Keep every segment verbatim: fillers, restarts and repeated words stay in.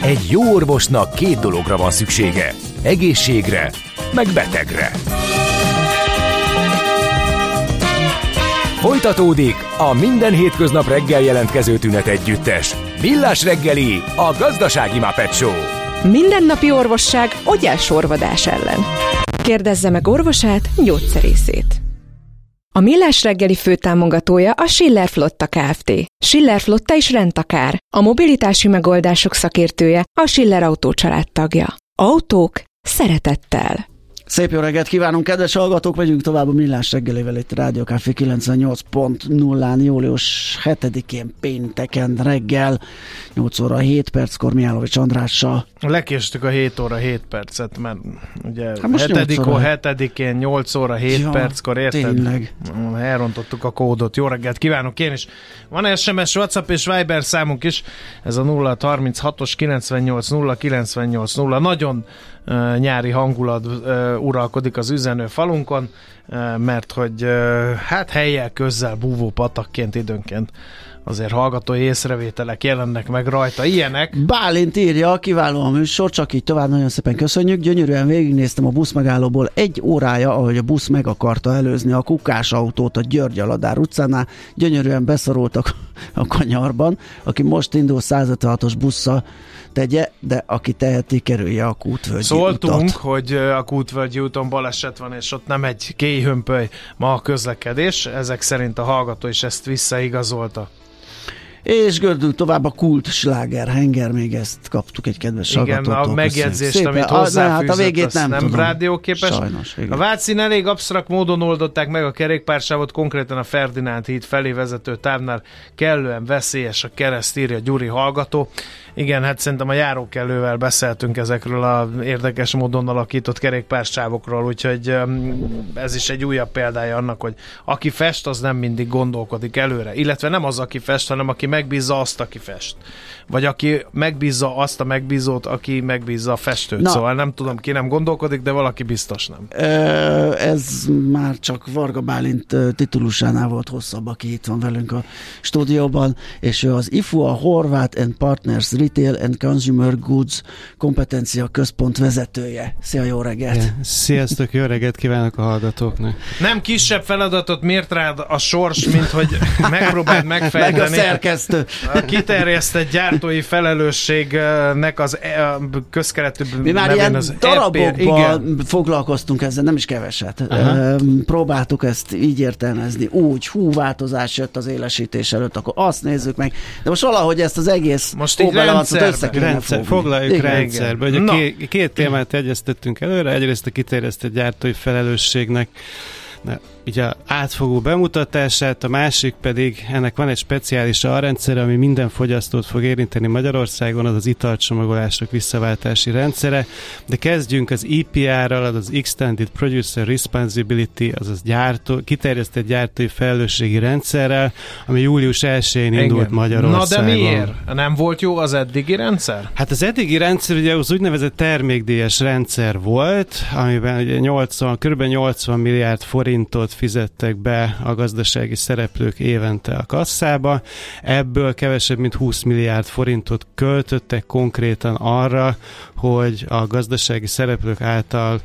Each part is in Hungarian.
Egy jó orvosnak két dologra van szüksége. Egészségre, meg betegre. Folytatódik a minden hétköznap reggel jelentkező tünet együttes. Millás reggeli, a gazdasági Muppet Show. Mindennapi orvosság ogyásorvadás ellen. Kérdezze meg orvosát, gyógyszerészét. A Millás reggeli főtámogatója a Schiller Flotta Kft. Schiller Flotta is rendtakár, a mobilitási megoldások szakértője, a Schiller Autó család tagja. Autók szeretettel. Szép jó reggelt kívánunk, kedves hallgatók! Megyünk tovább a Millás reggelével itt a Rádió Café kilencvennyolc pont nullán, július hetedikén pénteken reggel, nyolc óra hét perckor Mihálovics Andrással. Lekéstük a hét óra hét percet, mert ugye hát hetedikén, hetedikén nyolc óra hét ja, perckor, érted? Tényleg. Elrontottuk a kódot. Jó reggelt kívánok én is. Van es em es, WhatsApp és Viber számunk is, ez a nulla harminchatos kilencvennyolc nulla kilencvennyolc nulla. Nagyon uh, nyári hangulat uh, uralkodik az üzenő falunkon, uh, mert hogy uh, hát helyjel közzel búvó patakként időnként azért hallgatói észrevételek jelennek meg rajta, ilyenek. Bálint írja, kiváló a műsor, csak így tovább, nagyon szépen köszönjük. Gyönyörűen végignéztem a buszmegállóból egy órája, ahogy a busz meg akarta előzni a kukás autót a György-Aladár utcánál. Gyönyörűen beszorultak a kanyarban. Aki most indul száz ötvenhatos busszal, tegye, de aki teheti, kerülje a Kútvölgyi Szóltunk, utat. hogy a Kútvölgyi úton baleset van, és ott nem egy kéjhömpöly ma a közlekedés. Ezek szerint a hallgató is ezt visszaigazolta. És gördünk tovább a kult sláger henger, még ezt kaptuk egy kedves hallgatótól. Igen, a megjegyzést, amit hozzáfűzött, hát a végét nem, nem tudom. rádióképes. Sajnos, igen. A Vácin elég absztrakt módon oldották meg a kerékpársávot, konkrétan a Ferdinánd híd felé vezető távnál kellően veszélyes a kereszt, írja Gyuri hallgató. Igen, hát szerintem a járókelővel beszéltünk ezekről az érdekes módon alakított kerékpársávokról, úgyhogy ez is egy újabb példája annak, hogy aki fest, az nem mindig gondolkodik előre. Illetve nem az, aki fest, hanem aki megbízza azt, aki fest. Vagy aki megbízza azt a megbízót, aki megbízza a festőt. Na, szóval nem tudom, ki nem gondolkodik, de valaki biztos nem. Ez már csak Varga Bálint titulusánál volt hosszabb, aki itt van velünk a stúdióban, és ő az i ef u, a Horváth and Partners Retail and Consumer Goods kompetencia központ vezetője. Szia, jó reggelt! Yeah. Sziasztok, jó reggelt kívánok a hallgatóknak! Nem kisebb feladatot mért rád a sors, mint hogy megpróbáld megfejteni. Meg a szerkesztő. A kiterjesztett gyártói felelősségnek az közkeletű mi már ilyen az darabokban foglalkoztunk ezzel, nem is keveset. Aha. Próbáltuk ezt így értelmezni, úgy, hú, változás jött az élesítés előtt, akkor azt nézzük meg. De most valahogy ezt az egész most így rendszerbe, rendszer, foglaljuk igen, rendszerbe. Ugye no. két, két témát egyeztettünk előre, egyrészt a kiterjesztett gyártói felelősségnek de ugye átfogó bemutatását, a másik pedig ennek van egy speciális alrendszer, ami minden fogyasztót fog érinteni Magyarországon, az az italcsomagolások visszaváltási rendszere, de kezdjünk az i pé er-ral, az az Extended Producer Responsibility, azaz gyártó, kiterjesztett gyártói felelősségi rendszerrel, ami július elsején indult igen. Magyarországon. Na de miért? Nem volt jó az eddigi rendszer? Hát az eddigi rendszer ugye az úgynevezett termékdíjas rendszer volt, amiben ugye nyolcvan, kb. nyolcvan milliárd forintot fizettek be a gazdasági szereplők évente a kasszába. Ebből kevesebb, mint húsz milliárd forintot költöttek konkrétan arra, hogy a gazdasági szereplők által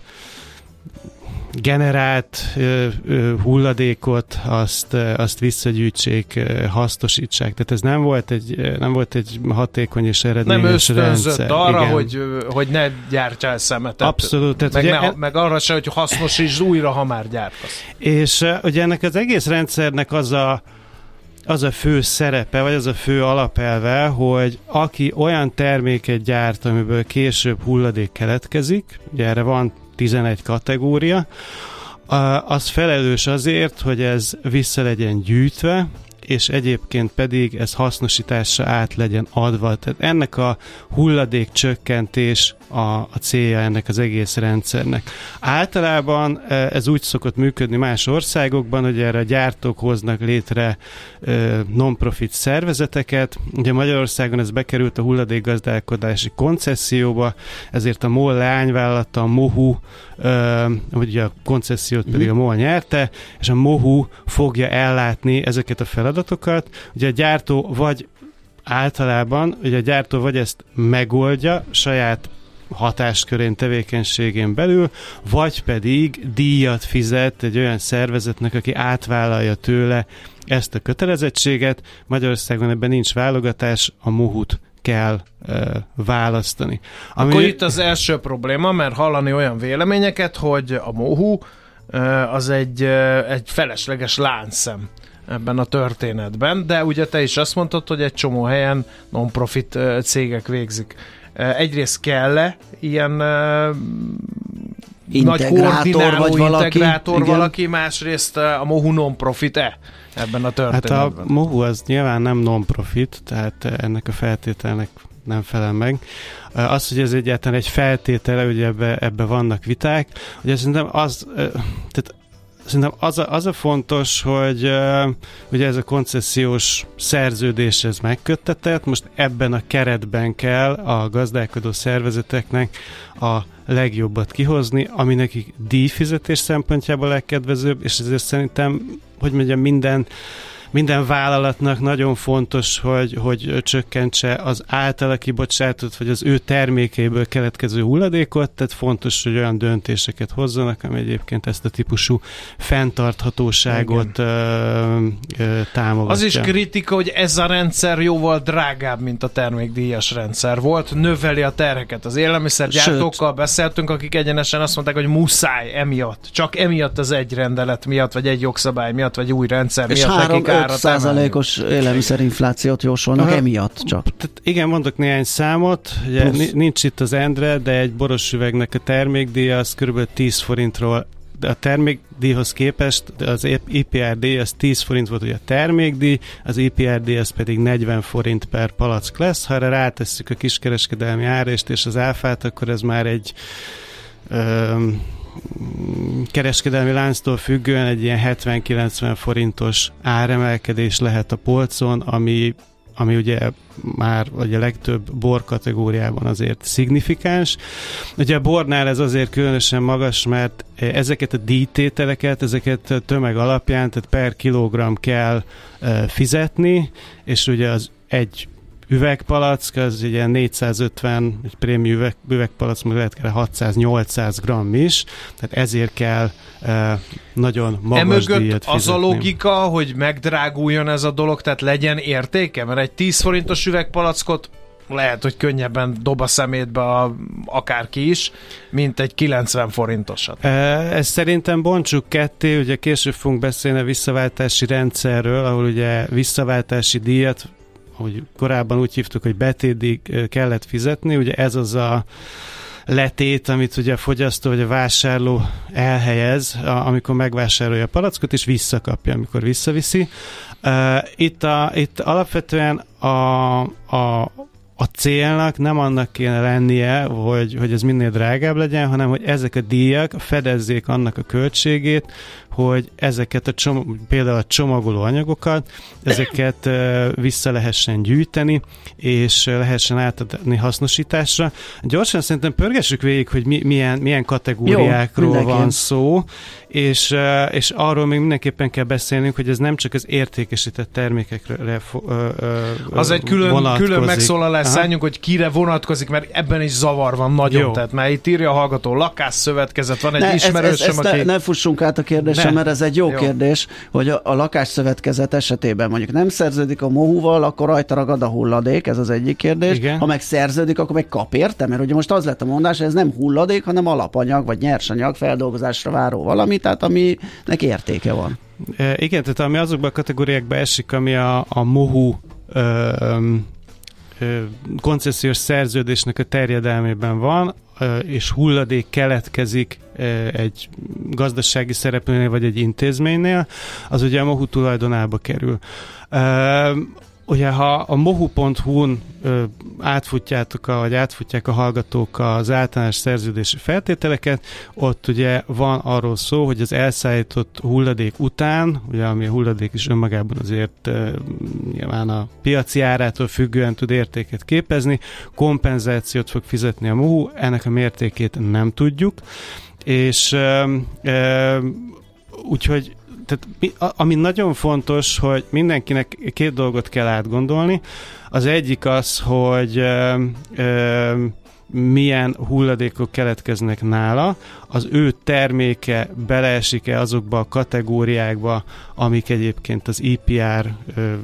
generált ö, ö, hulladékot azt, azt visszagyűjtsék, ö, hasznosítsák. Tehát ez nem volt egy, nem volt egy hatékony és eredményes rendszer. Nem ösztönzött arra, hogy, hogy ne gyártsál szemetet. Abszolút. Tehát meg, ugye, ne, meg arra se, hogy hasznosítsd újra, ha már gyártasz. És uh, ugye ennek az egész rendszernek az a az a fő szerepe, vagy az a fő alapelve, hogy aki olyan terméket gyárt, amiből később hulladék keletkezik, ugye erre van tizenegy kategória, az felelős azért, hogy ez vissza legyen gyűjtve, és egyébként pedig ez hasznosításra át legyen adva. Tehát ennek a hulladék csökkentés a, a célja ennek az egész rendszernek. Általában ez úgy szokott működni más országokban, hogy erre a gyártók hoznak létre non-profit szervezeteket. Ugye Magyarországon ez bekerült a hulladékgazdálkodási koncesszióba, ezért a MOL leányvállalata, a MOHU, vagy a koncesziót pedig a MOL nyerte, és a MOHU fogja ellátni ezeket a feladatokat. Ugye a gyártó vagy általában ugye a gyártó vagy ezt megoldja saját hatáskörén, tevékenységén belül, vagy pedig díjat fizet egy olyan szervezetnek, aki átvállalja tőle ezt a kötelezettséget. Magyarországon ebben nincs válogatás, a mohút kell uh, választani. Ami... Akkor itt az első probléma, mert hallani olyan véleményeket, hogy a mohu uh, az egy, uh, egy felesleges láncszem ebben a történetben, de ugye te is azt mondtad, hogy egy csomó helyen non-profit uh, cégek végzik. Uh, egyrészt kell-e ilyen uh, nagy koordináló vagy valaki, integrátor valaki, másrészt uh, a mohu non-profit-e ebben a történetben? Hát a mohu az nyilván nem non-profit, tehát ennek a feltételnek nem felel meg. Az, hogy ez egyáltalán egy feltétele, ugye ebbe, ebbe vannak viták, ugye szerintem az, tehát szerintem az a, az a fontos, hogy uh, ugye ez a koncesziós szerződés ez megköttetett, most ebben a keretben kell a gazdálkodó szervezeteknek a legjobbat kihozni, ami nekik díjfizetés szempontjából legkedvezőbb, és ezért szerintem, hogy mondjam, minden Minden vállalatnak nagyon fontos, hogy, hogy csökkentse az általa kibocsátott, vagy az ő termékeiből keletkező hulladékot, tehát fontos, hogy olyan döntéseket hozzanak, ami egyébként ezt a típusú fenntarthatóságot ö, ö, támogatja. Az is kritika, hogy ez a rendszer jóval drágább, mint a termékdíjas rendszer volt, növeli a terheket. Az élelmiszergyártókkal beszéltünk, akik egyenesen azt mondták, hogy muszáj emiatt, csak emiatt az egy rendelet miatt, vagy egy jogszabály miatt, vagy új rendszer és miatt három, nekik öt százalékos élelmiszerinflációt jósolnak uh, emiatt csak. Tehát igen, mondok néhány számot, ugye nincs itt az Endre, de egy boros üvegnek a termékdíja az kb. tíz forintról, de a termékdíjhoz képest az i pé er dé az tíz forint volt ugye a termékdíj, az i pé er dé az pedig negyven forint per palack lesz. Ha erre rátesszük a kiskereskedelmi árést és az áfát, akkor ez már egy öm, kereskedelmi lánctól függően egy ilyen hetven-kilencven forintos áremelkedés lehet a polcon, ami, ami ugye már ugye a legtöbb bor kategóriában azért szignifikáns. Ugye a bornál ez azért különösen magas, mert ezeket a díjtételeket, ezeket tömeg alapján, tehát per kilogramm kell uh, fizetni, és ugye az egy üvegpalack, az ugye négyszázötven, egy prémium üveg, üvegpalack, meg lehet kell hatszáz-nyolcszáz gramm is, tehát ezért kell uh, nagyon magas díjat fizetni. Az a logika, hogy megdráguljon ez a dolog, tehát legyen értéke? Mert egy tíz forintos üvegpalackot lehet, hogy könnyebben dob a szemétbe a, akárki is, mint egy kilencven forintosat. Ez szerintem bontsuk ketté, ugye később fogunk beszélni a visszaváltási rendszerről, ahol ugye visszaváltási díjat, ahogy korábban úgy hívtuk, hogy betétdíj kellett fizetni, ugye ez az a letét, amit ugye a fogyasztó vagy a vásárló elhelyez, amikor megvásárolja a palackot, és visszakapja, amikor visszaviszi. Itt, a, itt alapvetően a, a a célnak nem annak kéne lennie, hogy, hogy ez minél drágább legyen, hanem hogy ezek a díjak fedezzék annak a költségét, hogy ezeket a csomag, például a csomagoló anyagokat, ezeket uh, vissza lehessen gyűjteni, és uh, lehessen átadni hasznosításra. Gyorsan szerintem pörgessük végig, hogy mi, milyen, milyen kategóriákról Jó, van szó, és, uh, és arról még mindenképpen kell beszélnünk, hogy ez nem csak az értékesített termékekre uh, uh, az egy külön, külön megszólalás szálljunk, hogy kire vonatkozik, mert ebben is zavar van nagyon. Jó. Tehát már itt írja a hallgató, lakásszövetkezet, van egy ne, ismerősöm, ez, ez, aki... Ne, ne fussunk át a kérdésem, mert ez egy jó, jó. kérdés, hogy a, a lakásszövetkezet esetében mondjuk nem szerződik a mohuval, akkor rajta ragad a hulladék, ez az egyik kérdés. Igen. Ha meg szerződik, akkor meg kap érte, mert ugye most az lett a mondás, hogy ez nem hulladék, hanem alapanyag, vagy nyersanyag, feldolgozásra váró valami, tehát aminek értéke van. E, igen, tehát ami azokban a kategóriákban esik, ami a, a mohu ö, koncesziós szerződésnek a terjedelmében van, és hulladék keletkezik egy gazdasági szereplőnél vagy egy intézménynél, az ugye a mohu tulajdonába kerül. Ugye, ha a mohu pont hu-n ö, átfutjátok, a, vagy átfutják a hallgatók az általános szerződési feltételeket, ott ugye van arról szó, hogy az elszállított hulladék után, ugye ami a hulladék is önmagában azért ö, nyilván a piaci árától függően tud értéket képezni, kompenzációt fog fizetni a mohu, ennek a mértékét nem tudjuk, és ö, ö, úgyhogy tehát ami nagyon fontos, hogy mindenkinek két dolgot kell átgondolni. Az egyik az, hogy ö, ö, milyen hulladékok keletkeznek nála, az ő terméke beleesik-e azokba a kategóriákba, amik egyébként az i pé er ö,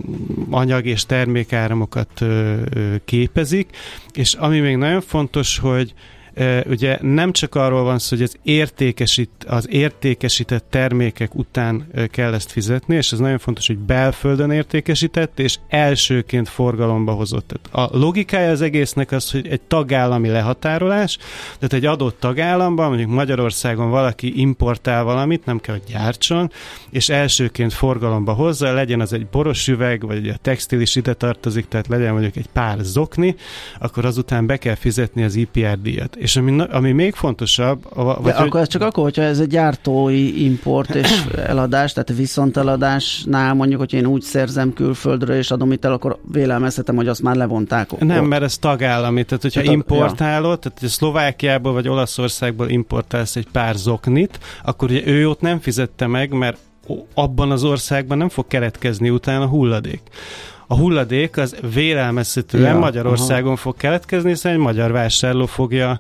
anyag és termékáramokat ö, ö, képezik, és ami még nagyon fontos, hogy ugye nem csak arról van szó, hogy az, értékesít, az értékesített termékek után kell ezt fizetni, és ez nagyon fontos, hogy belföldön értékesített, és elsőként forgalomba hozott. Tehát a logikája az egésznek az, hogy egy tagállami lehatárolás, tehát egy adott tagállamban, mondjuk Magyarországon valaki importál valamit, nem kell, hogy gyártson, és elsőként forgalomba hozza, legyen az egy boros üveg, vagy a textil is ide tartozik, tehát legyen mondjuk egy pár zokni, akkor azután be kell fizetni az i pé er díjat. És ami, ami még fontosabb... Vagy de akkor ez csak akkor, hogyha ez egy gyártói import és eladás, tehát viszonteladásnál mondjuk, hogy én úgy szerzem külföldről és adom itt el, akkor vélelmezhetem, hogy azt már levonták. Nem, mert ez tagállami. Tehát, hogyha tehát, importálod, ja. tehát hogy Szlovákiából vagy Olaszországból importálsz egy pár zoknit, akkor ugye ő ott nem fizette meg, mert abban az országban nem fog keletkezni utána hulladék. A hulladék az vélelmezhetően ja, Magyarországon aha. fog keletkezni, hiszen egy magyar vásárló fogja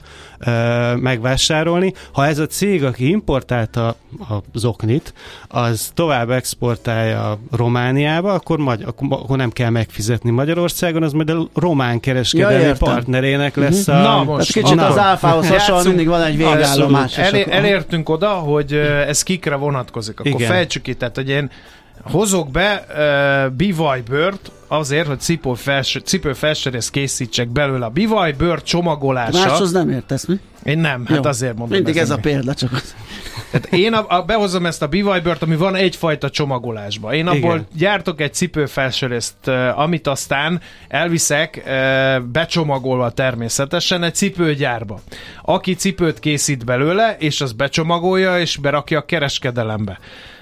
ö, megvásárolni. Ha ez a cég, aki importálta a zoknit, az tovább exportálja Romániába, akkor, magy- akkor nem kell megfizetni Magyarországon, az majd a román kereskedelmi ja, partnerének lesz a... Na most, kicsit az áfához hasonlóan mindig van egy végállomás. Elé- elértünk oda, hogy ez kikre vonatkozik. Akkor igen. fejtsük ki, tehát, hogy én hozok be uh, bivajbőrt azért, hogy cipőfelserészt készítsek belőle. A bivajbőr csomagolása... Máshoz nem értesz, mi? Én nem, hát jó. azért mondom. Mindig ez a példa, csak az. Tehát én a, a, behozom ezt a bivajbőrt, ami van egyfajta csomagolásban. Én abból igen. gyártok egy cipőfelserészt, uh, amit aztán elviszek uh, becsomagolva természetesen egy cipőgyárba. Aki cipőt készít belőle, és az becsomagolja, és berakja a kereskedelembe.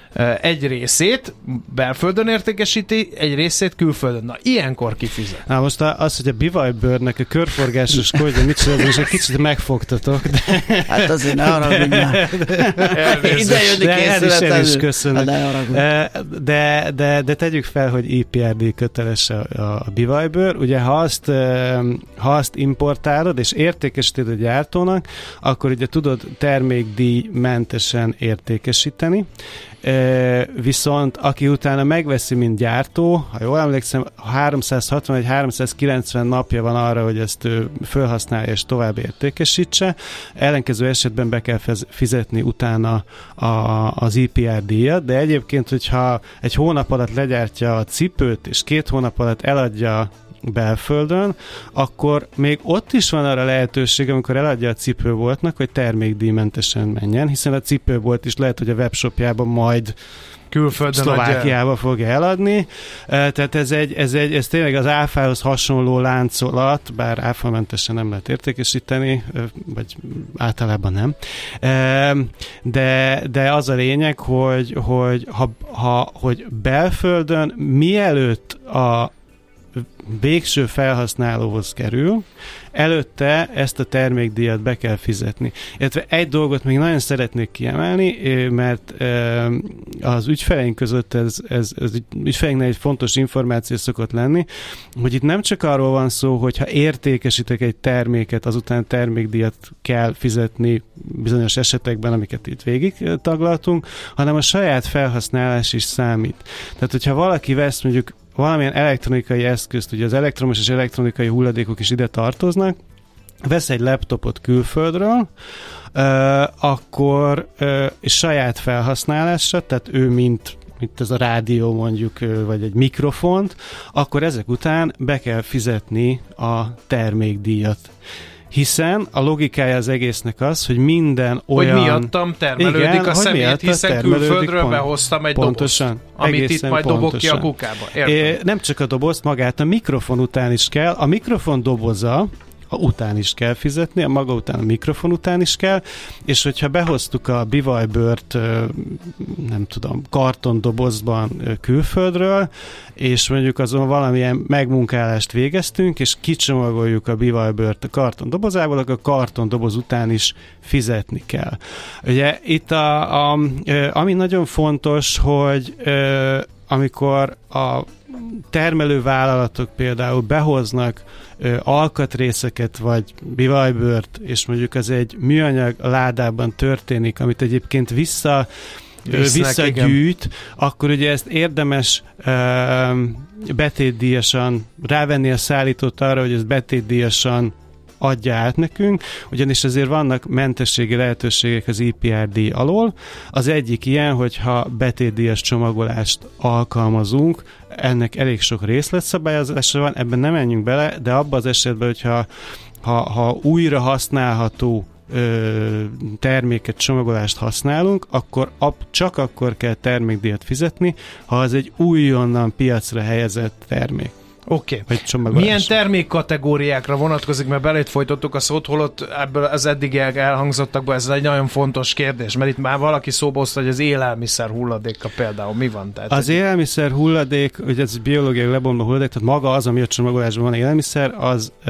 Egy részét belföldön értékesíti, egy részét külföldön. Na, ilyenkor kifizet. Na most az, hogy a bivajbőrnek a körforgásos kódja, mit csinálod, és egy kicsit megfogtatok. De... Hát azért ne haragudj már. Ide jönni készületlenül. El is köszönök. De, de, de, de tegyük fel, hogy i pé er díj köteles a, a bivajbőr. Ugye, ha azt, ha azt importálod, és értékesíted a gyártónak, akkor ugye tudod termékdíj mentesen értékesíteni. E, viszont aki utána megveszi, mint gyártó, ha jól emlékszem, háromszázhatvan vagy háromszázkilencven napja van arra, hogy ezt ő felhasználja és tovább értékesítse. Ellenkező esetben be kell fizetni utána a, az i pé er díjat, de egyébként, hogyha egy hónap alatt legyártja a cipőt, és két hónap alatt eladja belföldön, akkor még ott is van arra lehetőség, amikor eladja a cipőboltnak, hogy termékdíjmentesen menjen, hiszen a cipőbolt is lehet, hogy a webshopjában majd külföldön Szlovákiába adja. fogja eladni. Tehát ez, egy, ez, egy, ez tényleg az áfához hasonló láncolat, bár áfamentesen nem lehet értékesíteni, vagy általában nem. De, de az a lényeg, hogy, hogy, ha, ha, hogy belföldön mielőtt a végső felhasználóhoz kerül, előtte ezt a termékdíjat be kell fizetni. Illetve egy dolgot még nagyon szeretnék kiemelni, mert az ügyfeleink között ez, ez, ez ügyfeleinknél egy fontos információ szokott lenni, hogy itt nem csak arról van szó, hogy ha értékesítek egy terméket, azután termékdíjat kell fizetni bizonyos esetekben, amiket itt végig taglaltunk, hanem a saját felhasználás is számít. Tehát, hogyha valaki vesz mondjuk valamilyen elektronikai eszközt, ugye az elektromos és elektronikai hulladékok is ide tartoznak, vesz egy laptopot külföldről, uh, akkor uh, és saját felhasználásra, tehát ő mint mint ez a rádió mondjuk, vagy egy mikrofont, akkor ezek után be kell fizetni a termékdíjat. Hiszen a logikája az egésznek az, hogy minden olyan... Hogy miattam termelődik igen, a szemét, hiszen külföldről pont, behoztam egy pontosan, dobozt, amit itt majd pontosan. dobok ki a kukába. Értem. É, nem csak a dobozt, magát a mikrofon után is kell. A mikrofon doboza után is kell fizetni, a maga után a mikrofon után is kell, és hogyha behoztuk a bivajbőrt, nem tudom, kartondobozban külföldről, és mondjuk azon valamilyen megmunkálást végeztünk, és kicsomagoljuk a bivajbőrt a kartondobozából, akkor a kartondoboz után is fizetni kell. Ugye itt a, a, ami nagyon fontos, hogy amikor a termelővállalatok például behoznak ö, alkatrészeket vagy bivajbőrt, és mondjuk az egy műanyag ládában történik, amit egyébként vissza, Visznek, visszagyűjt, igen. Akkor ugye ezt érdemes ö, betétdíjasan rávenni a szállítót arra, hogy ezt betétdíjasan adja át nekünk, ugyanis azért vannak mentességi lehetőségek az i pé er díj alól. Az egyik ilyen, hogyha betétdíjas csomagolást alkalmazunk, ennek elég sok részletszabályozása van, ebben nem menjünk bele, de abban az esetben, hogyha ha, ha újra használható ö, terméket, csomagolást használunk, akkor ab, csak akkor kell termékdíjat fizetni, ha az egy újonnan piacra helyezett termék. Oké. Okay. Milyen termékkategóriákra vonatkozik, mert belét folytottuk a szót, holott ebből az eddig elhangzottakból ez egy nagyon fontos kérdés, mert itt már valaki szóba hozta, hogy az élelmiszer hulladéka például mi van? Tehát az egy... élelmiszer hulladék, ugye ez biológiai lebomló hulladék, tehát maga az, ami a csomagolásban van élelmiszer, az ö,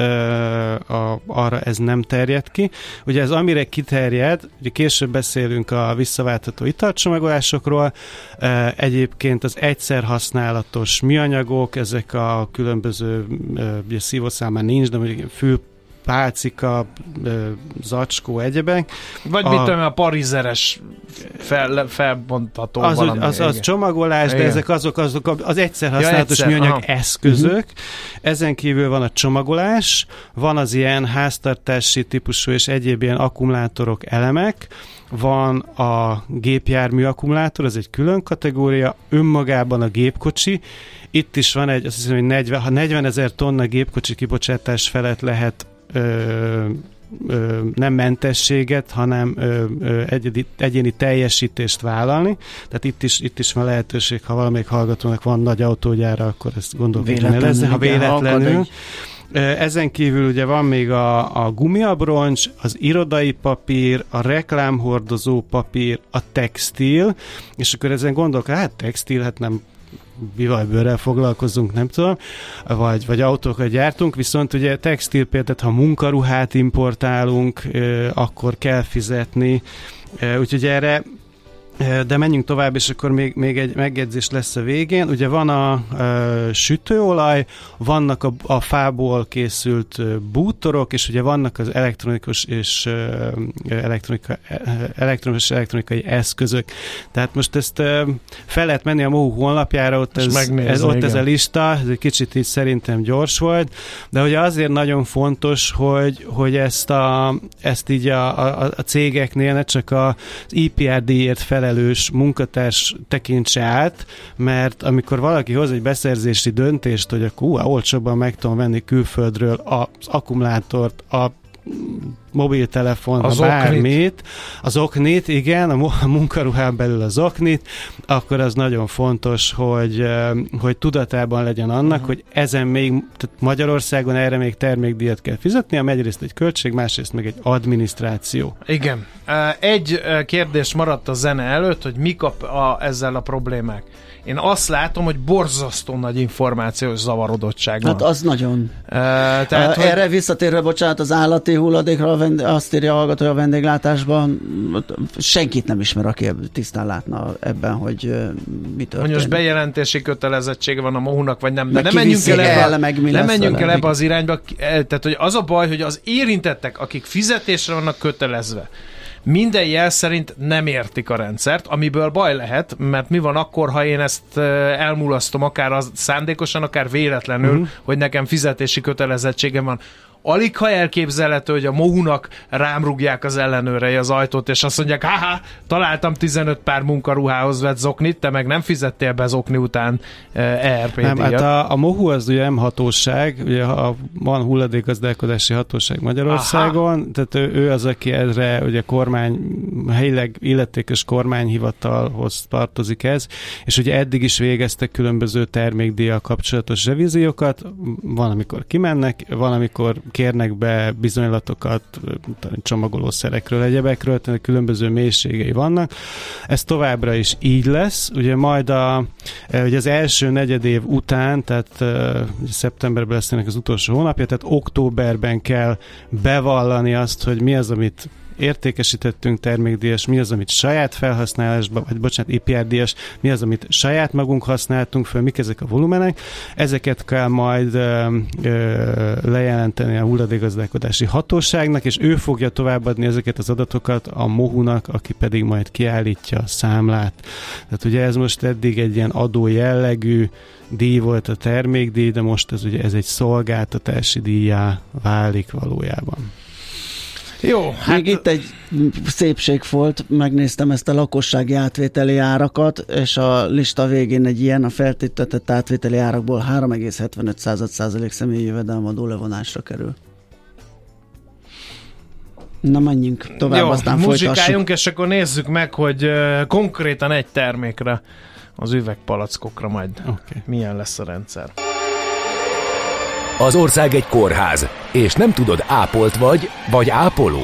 a, arra ez nem terjed ki. Ugye ez amire kiterjed, ugye később beszélünk a visszaváltható italcsomagolásokról, ö, egyébként az egyszer használatos műanyagok, ezek a különböző, ugye szívószám nincs, de mondjuk fül, pálcika, zacskó, egyebek. Vagy a, mit tudom, a parizeres fel, felbontható az, valami. Az, az csomagolás, igen. De ezek azok, azok az egyszer használatos ja, egyszer, műanyag aha. eszközök. Uh-huh. Ezen kívül van a csomagolás, van az ilyen háztartási típusú és egyéb ilyen akkumulátorok, elemek, van a gépjármű akkumulátor, ez egy külön kategória, önmagában a gépkocsi. Itt is van egy, azt hiszem, hogy negyven, ha negyvenezer tonna gépkocsi kibocsátás felett lehet ö, ö, nem mentességet, hanem ö, ö, egyedi, egyéni teljesítést vállalni. Tehát itt is, itt is van lehetőség, ha valamelyik hallgatónak van nagy autógyára, akkor ezt gondolkodni elezni, ha véletlenül. Ezen kívül ugye van még a, a gumiabroncs, az irodai papír, a reklámhordozó papír, a textil, és akkor ezen gondolok, hát textil, hát nem bivajbőrrel foglalkozunk, nem tudom, vagy, vagy autókat gyártunk, viszont ugye textil például, ha munkaruhát importálunk, akkor kell fizetni, úgyhogy erre de menjünk tovább, és akkor még, még egy megjegyzés lesz a végén. Ugye van a, a sütőolaj, vannak a, a fából készült bútorok, és ugye vannak az elektronikus és elektronika, elektronikus elektronikai eszközök. Tehát most ezt fel lehet menni a MOHU honlapjára, ott, ez, ez, ott ez a lista, ez egy kicsit így szerintem gyors volt, de ugye azért nagyon fontos, hogy, hogy ezt, a, ezt így a, a, a cégeknél ne csak az i pé er díjért fel felelős munkatárs tekintse át, mert amikor valaki hoz egy beszerzési döntést, hogy akkor hú, olcsóbban meg tudom venni külföldről az akkumulátort, a mobiltelefon, az bármit, oknit. az oknit, igen, a munkaruhán belül az oknit, akkor az nagyon fontos, hogy, hogy tudatában legyen annak, uh-huh. hogy ezen még, tehát Magyarországon erre még termékdíjat kell fizetni, ami egyrészt egy költség, másrészt meg egy adminisztráció. Igen. Egy kérdés maradt a zene előtt, hogy mi kap a, ezzel a problémák. Én azt látom, hogy borzasztó nagy információs zavarodottság van. Hát az nagyon. Uh, tehát, uh, erre hogy... visszatérve, bocsánat, az állati hulladékra, vend... azt írja a hallgató, a vendéglátásban senkit nem ismer, aki tisztán látna ebben, hogy uh, mi történik. Most bejelentési kötelezettsége van a MOHU-nak, vagy nem, de nem menjünk el ebbe, el, meg nem menjünk el ebbe az irányba. Tehát, hogy az a baj, hogy az érintettek, akik fizetésre vannak kötelezve, minden jel szerint nem értik a rendszert, amiből baj lehet, mert mi van akkor, ha én ezt elmulasztom, akár az szándékosan, akár véletlenül, uh-huh. hogy nekem fizetési kötelezettségem van. Alig ha elképzelhető, hogy a MOHU-nak rám rúgják az ellenőrei az ajtót, és azt mondják, haha, találtam tizenöt pár munkaruhához vett zoknit, te meg nem fizettél be az okni után e er pé díjat. Nem, hát a, a MOHU az ugye nem hatóság, ugye a, van hulladékgazdálkodási hatóság Magyarországon, aha. tehát ő, ő az, aki ezre ugye kormány, helyileg illetékes kormányhivatalhoz tartozik ez, és ugye eddig is végeztek különböző termékdíjjal kapcsolatos revíziókat, van, amikor kimennek, van, amikor kérnek be bizonylatokat csomagolószerekről, egyebekről, tehát különböző mélységei vannak. Ez továbbra is így lesz. Ugye majd a, ugye az első negyedév után, tehát ugye szeptemberben lesz ennek az utolsó hónapja, tehát októberben kell bevallani azt, hogy mi az, amit értékesítettünk termékdíjas, mi az, amit saját felhasználásban, vagy bocsánat, i pé er díjas, mi az, amit saját magunk használtunk föl, mik ezek a volumenek. Ezeket kell majd ö, ö, lejelenteni a hulladékgazdálkodási hatóságnak, és ő fogja továbbadni ezeket az adatokat a mohunak, aki pedig majd kiállítja a számlát. Tehát ugye ez most eddig egy ilyen adó jellegű díj volt a termékdíj, de most ez ugye ez egy szolgáltatási díjjá válik valójában. Jó, hát... Még itt egy szépség volt, megnéztem ezt a lakossági átvételi árakat, és a lista végén egy ilyen, a feltétlenített átvételi árakból három egész hetvenöt százalék személyi jövedelmadó levonásra kerül. Na menjünk tovább, jó, aztán folytassuk. Muzsikáljunk, és akkor nézzük meg, hogy uh, konkrétan egy termékre, az üvegpalackokra majd okay. milyen lesz a rendszer. Az ország egy kórház, és nem tudod, ápolt vagy, vagy ápoló.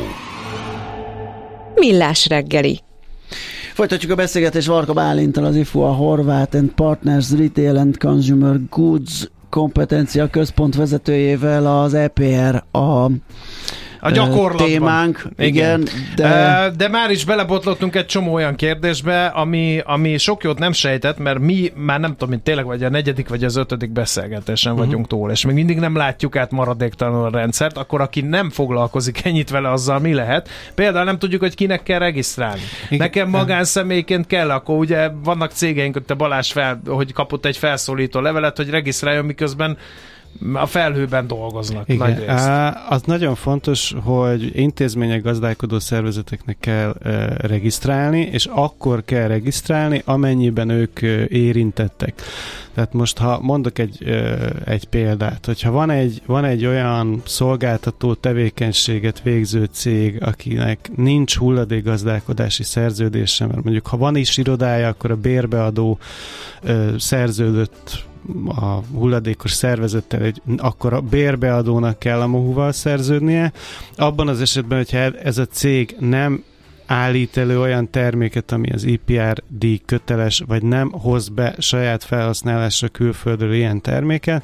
Millás reggeli. Folytatjuk a beszélgetést Varga Bálinttal, az i ef u, a Horváth and Partners Retail and Consumer Goods kompetencia központ vezetőjével, az é pé er a A gyakorlatban. Témánk, igen. igen de... de már is belebotlottunk egy csomó olyan kérdésbe, ami, ami sok jót nem sejtett, mert mi már nem tudom, mint tényleg vagy a negyedik vagy az ötödik beszélgetésen uh-huh. vagyunk túl, és még mindig nem látjuk át maradéktalanul a rendszert, akkor aki nem foglalkozik ennyit vele, azzal mi lehet? Például nem tudjuk, hogy kinek kell regisztrálni. Igen. Nekem magánszemélyként kell, akkor ugye vannak cégeink, hogy te Balázs fel, hogy kapott egy felszólító levelet, hogy regisztráljon, miközben a felhőben dolgoznak. Igen. Nagy Á, az nagyon fontos, hogy intézmények, gazdálkodó szervezeteknek kell e, regisztrálni, és akkor kell regisztrálni, amennyiben ők e, érintettek. Tehát most, ha mondok egy, e, egy példát, hogyha van egy, van egy olyan szolgáltató tevékenységet végző cég, akinek nincs hulladékgazdálkodási szerződése, mert mondjuk ha van is irodája, akkor a bérbeadó e, szerződött a hulladékos szervezettel, hogy akkor a bérbeadónak kell a mohuval szerződnie. Abban az esetben, hogyha ez a cég nem állít elő olyan terméket, ami az i pé er díj köteles, vagy nem hoz be saját felhasználásra külföldről ilyen terméket,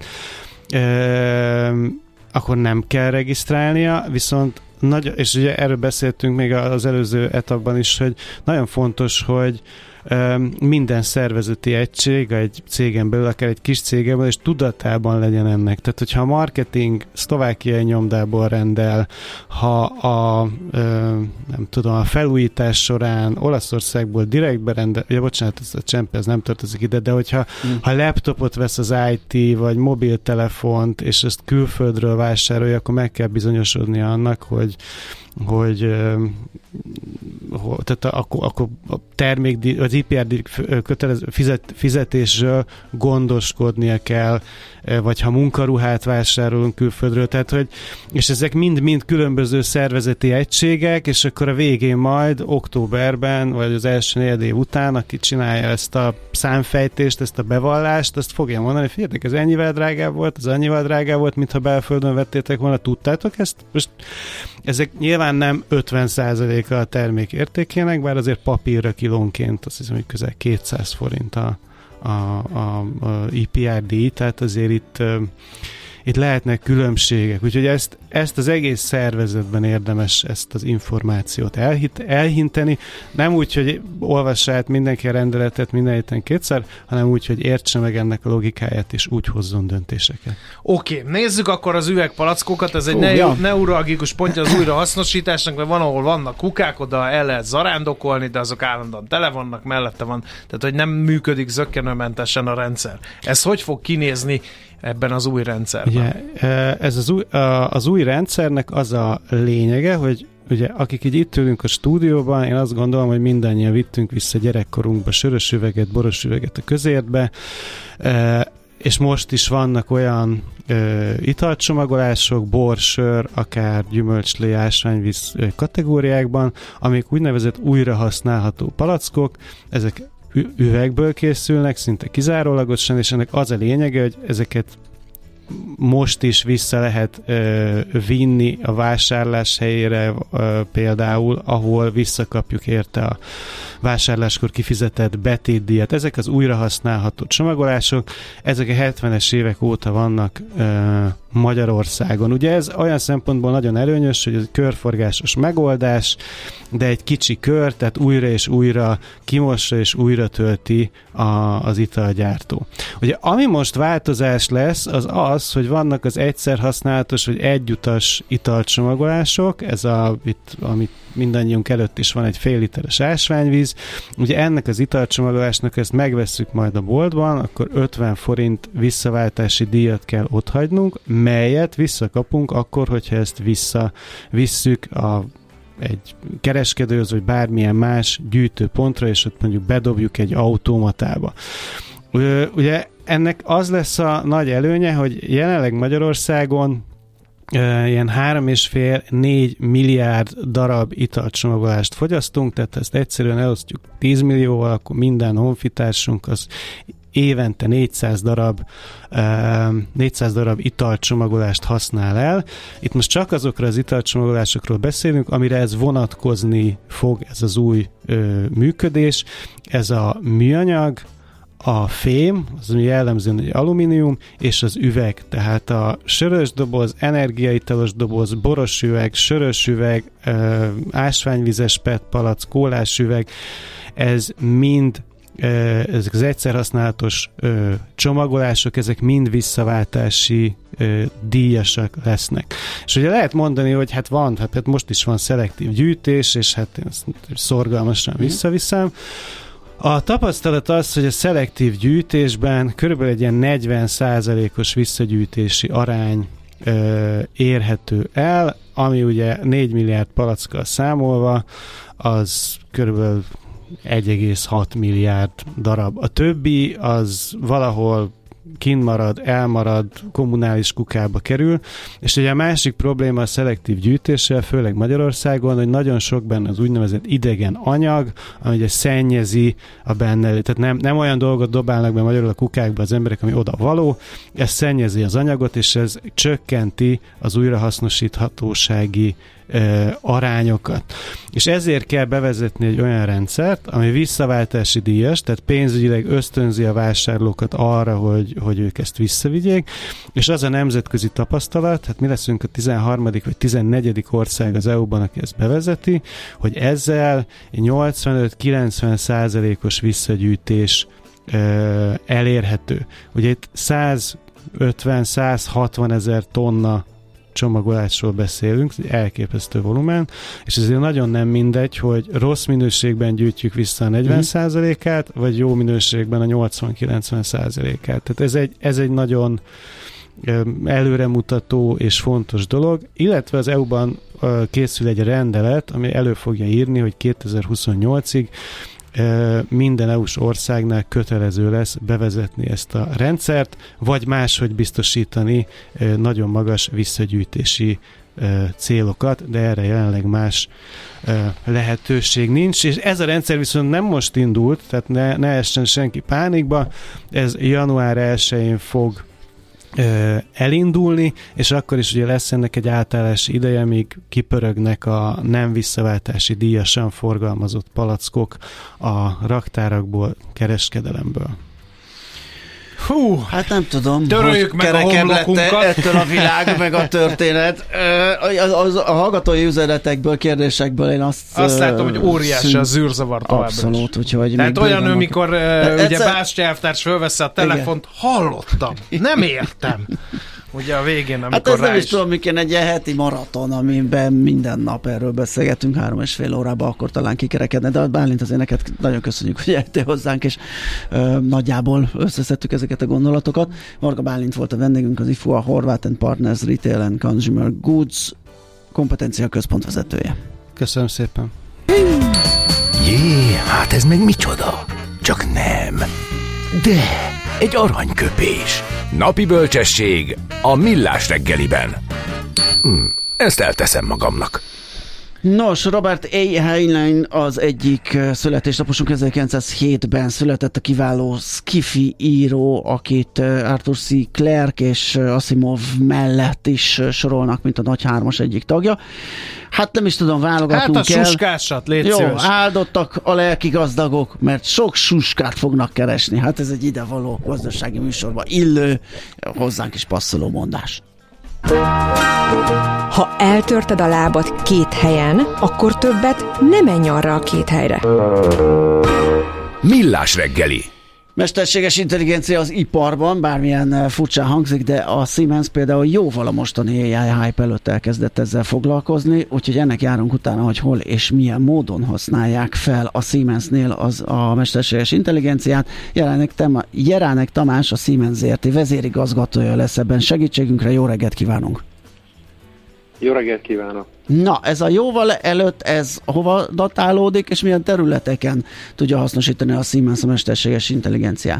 akkor nem kell regisztrálnia, viszont nagy, és ugye erről beszéltünk még az előző etapban is, hogy nagyon fontos, hogy minden szervezeti egység egy cégen belül, akár egy kis cégeben, és tudatában legyen ennek. Tehát, hogyha a marketing szlovákiai nyomdából rendel, ha a nem tudom, a felújítás során Olaszországból direktbe rendel, ugye bocsánat, ez a csempe, ez nem tartozik ide, de hogyha mm. ha laptopot vesz az i té, vagy mobiltelefont, és ezt külföldről vásárolja, akkor meg kell bizonyosodnia annak, hogy hogy tehát akkor, akkor a termék, az i pé er kötelező fizet, fizetésről gondoskodnia kell, vagy ha munkaruhát vásárolunk külföldről, tehát hogy, és ezek mind-mind különböző szervezeti egységek, és akkor a végén majd októberben, vagy az első negyed év után, aki csinálja ezt a számfejtést, ezt a bevallást, azt fogja mondani, hogy figyeljetek, ez ennyivel drágább volt, ez annyival drágább volt, mintha belföldön vettétek volna, tudtátok ezt? Most ezek nyilván nem ötven százaléka a termék értékének, bár azért papírra kilónként azt hiszem, hogy közel kétszáz forint a, a, a, a i pé er díj, tehát azért itt, itt lehetnek különbségek. Úgyhogy ezt, ezt az egész szervezetben érdemes ezt az információt elhit, elhinteni, nem úgy, hogy olvassa át mindenki a rendeletet minden héten kétszer, hanem úgy, hogy értse meg ennek a logikáját, és úgy hozzon döntéseket. Oké, okay, nézzük akkor az üvegpalackokat, ez egy ne- ja. neuralgikus pontja az újrahasznosításnak, mert van, ahol vannak kukák, oda el lehet zarándokolni, de azok állandóan tele vannak, mellette van, tehát hogy nem működik zökkenőmentesen a rendszer. Ez hogy fog kinézni ebben az új rendszerben? Ugye, ez az új, az új rendszernek az a lényege, hogy ugye, akik így itt ülünk a stúdióban, én azt gondolom, hogy mindannyian vittünk vissza gyerekkorunkba sörös üveget, boros üveget a közértbe, és most is vannak olyan italcsomagolások, bor, sör, akár gyümölcslé, ásványvíz kategóriákban, amik úgynevezett újrahasználható palackok, ezek üvegből készülnek, szinte kizárólagosan, és ennek az a lényege, hogy ezeket most is vissza lehet ö, vinni a vásárlás helyére ö, például, ahol visszakapjuk érte a vásárláskor kifizetett betétdíjat. Ezek az újrahasználható csomagolások, ezek a hetvenes évek óta vannak ö, Magyarországon. Ugye ez olyan szempontból nagyon előnyös, hogy ez egy körforgásos megoldás, de egy kicsi kör, tehát újra és újra kimossa és újra tölti a, az italgyártó. Ugye ami most változás lesz, az az, hogy vannak az egyszer használatos vagy egyutas italcsomagolások, ez a, itt, amit mindannyiunk előtt is van egy fél literes ásványvíz. Ugye ennek az italcsomagolásnak ezt megvesszük majd a boltban, akkor ötven forint visszaváltási díjat kell otthagynunk, melyet visszakapunk akkor, hogyha ezt visszavisszük a egy kereskedőhöz, vagy bármilyen más gyűjtőpontra, és ott mondjuk bedobjuk egy automatába. Ugye ennek az lesz a nagy előnye, hogy jelenleg Magyarországon ilyen három és fél négy milliárd darab italcsomagolást fogyasztunk, tehát ezt egyszerűen elosztjuk tíz millióval, akkor minden honfitársunk az évente négyszáz darab, négyszáz darab italcsomagolást használ el. Itt most csak azokra az italcsomagolásokról beszélünk, amire ez vonatkozni fog, ez az új ö, működés. Ez a műanyag, a fém, az jellemzően egy alumínium, és az üveg, tehát a sörös doboz, energiaitalos doboz, boros üveg, sörös üveg, ö, ásványvizes pet palack, kólás üveg, ez mind ezek az egyszerhasználatos ö, csomagolások, ezek mind visszaváltási ö, díjasak lesznek. És ugye lehet mondani, hogy hát van, hát, hát most is van szelektív gyűjtés, és hát én ezt szorgalmasan visszaviszem. A tapasztalat az, hogy a szelektív gyűjtésben körülbelül egy ilyen negyven százalékos visszagyűjtési arány ö, érhető el, ami ugye négy milliárd palackkal számolva, az körülbelül egy egész hat milliárd darab. A többi az valahol kint marad, elmarad, kommunális kukába kerül, és ugye a másik probléma a szelektív gyűjtéssel, főleg Magyarországon, hogy nagyon sok benne az úgynevezett idegen anyag, ami ugye szennyezi a benne, tehát nem, nem olyan dolgot dobálnak be magyarul a kukákba az emberek, ami oda való, ez szennyezi az anyagot, és ez csökkenti az újrahasznosíthatósági Uh, arányokat. És ezért kell bevezetni egy olyan rendszert, ami visszaváltási díjas, tehát pénzügyileg ösztönzi a vásárlókat arra, hogy, hogy ők ezt visszavigyék, és az a nemzetközi tapasztalat, hát mi leszünk a tizenharmadik vagy tizennegyedik ország az é u-ban, aki ezt bevezeti, hogy ezzel nyolcvanöt-kilencven százalékos visszagyűjtés uh, elérhető. Ugye itt százötven-százhatvan ezer tonna csomagolásról beszélünk, egy elképesztő volumen, és ezért nagyon nem mindegy, hogy rossz minőségben gyűjtjük vissza a negyven százalékát, vagy jó minőségben a nyolcvan-kilencven százalékát. Tehát ez egy, ez egy nagyon előremutató és fontos dolog, illetve az é u-ban készül egy rendelet, ami elő fogja írni, hogy kétezer-huszonnyolcig minden é u-s országnál kötelező lesz bevezetni ezt a rendszert, vagy máshogy biztosítani nagyon magas visszagyűjtési célokat, de erre jelenleg más lehetőség nincs, és ez a rendszer viszont nem most indult, tehát ne, ne essen senki pánikba, ez január elsején fog elindulni, és akkor is ugye lesz ennek egy átállási ideje, míg kipörögnek a nem visszaváltási díjasan forgalmazott palackok a raktárakból, kereskedelemből. Hú, hát nem tudom, töröljük meg a homlokunkat ettől a világ, meg a történet. Az, az, a hallgatói üzenetekből, kérdésekből én azt... Azt látom, hogy óriási a zűrzavar továbbra is. Abszolút, úgyhogy... Tehát olyan, amikor uh, ugye Bástyr elvtárs fölveszi a telefont, igen. Hallottam, nem értem. Ugye a végén, amikor hát ez rá nem is is... tudom, mikor egy ilyen heti maraton, amiben minden nap erről beszélgetünk három és fél órába, akkor talán kikerekedne, de Bálint azért neked nagyon köszönjük, hogy eljöttél hozzánk, és ö, nagyjából összeszedtük ezeket a gondolatokat. Varga Bálint volt a vendégünk, az i ef u, a Horváth and Partners Retail and Consumer Goods kompetencia központ vezetője. Köszönöm szépen. Jé, hát ez meg micsoda? Csak nem. De egy aranyköpés. Napi bölcsesség a Millás reggeliben. Hm, ezt elteszem magamnak. Nos, Robert A. Heinlein az egyik születésnaposunk, ezerkilencszázhétben született, a kiváló sci-fi író, akit Arthur C. Clarke és Asimov mellett is sorolnak, mint a Nagy Hármas egyik tagja. Hát nem is tudom, válogatunk hát a el. suskásat, légy Jó, szíves. áldottak a lelki gazdagok, mert sok suskát fognak keresni. Hát ez egy idevaló gazdasági műsorba illő, hozzánk is passzoló mondás. Ha eltörted a lábad két helyen, akkor többet nem menj arra a két helyre. Millás reggeli. Mesterséges intelligencia az iparban, bármilyen furcsán hangzik, de a Siemens például jóval a mostani á i hype előtt elkezdett ezzel foglalkozni, úgyhogy ennek járunk utána, hogy hol és milyen módon használják fel a Siemensnél az a mesterséges intelligenciát. Jelenleg Tema- Jeránek Tamás, a Siemens zé er té vezérigazgatója lesz ebben segítségünkre. Jó reggelt kívánunk! Jó reggelt kívánok! Na, ez a jóval előtt, ez hova datálódik, és milyen területeken tudja hasznosítani a Siemens a mesterséges intelligenciát?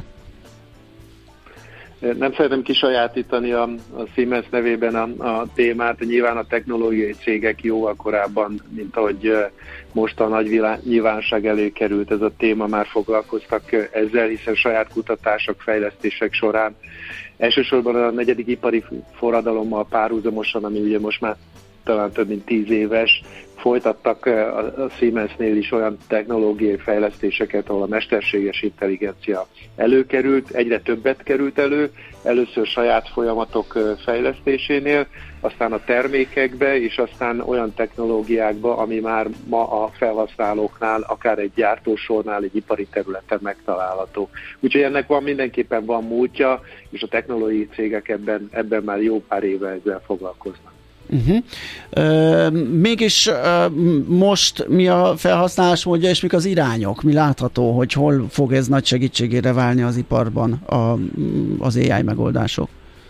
Nem szeretem kisajátítani a, a Siemens nevében a, a témát, nyilván a technológiai cégek jóval korábban, mint ahogy most a nagy vilá, nyilvánosság elé került ez a téma, már foglalkoztak ezzel, hiszen saját kutatások, fejlesztések során elsősorban a negyedik ipari forradalommal párhuzamosan, ami ugye most már talán több mint tíz éves, folytattak a Siemensnél is olyan technológiai fejlesztéseket, ahol a mesterséges intelligencia előkerült, egyre többet került elő, először saját folyamatok fejlesztésénél, aztán a termékekbe, és aztán olyan technológiákba, ami már ma a felhasználóknál, akár egy gyártósornál, egy ipari területen megtalálható. Úgyhogy ennek van mindenképpen van múltja, és a technológiai cégek ebben, ebben már jó pár éve ezzel foglalkoznak. Uh-huh. Uh, mégis uh, most mi a felhasználás módja, és mik az irányok? Mi látható, hogy hol fog ez nagy segítségére válni az iparban a, az á i megoldások?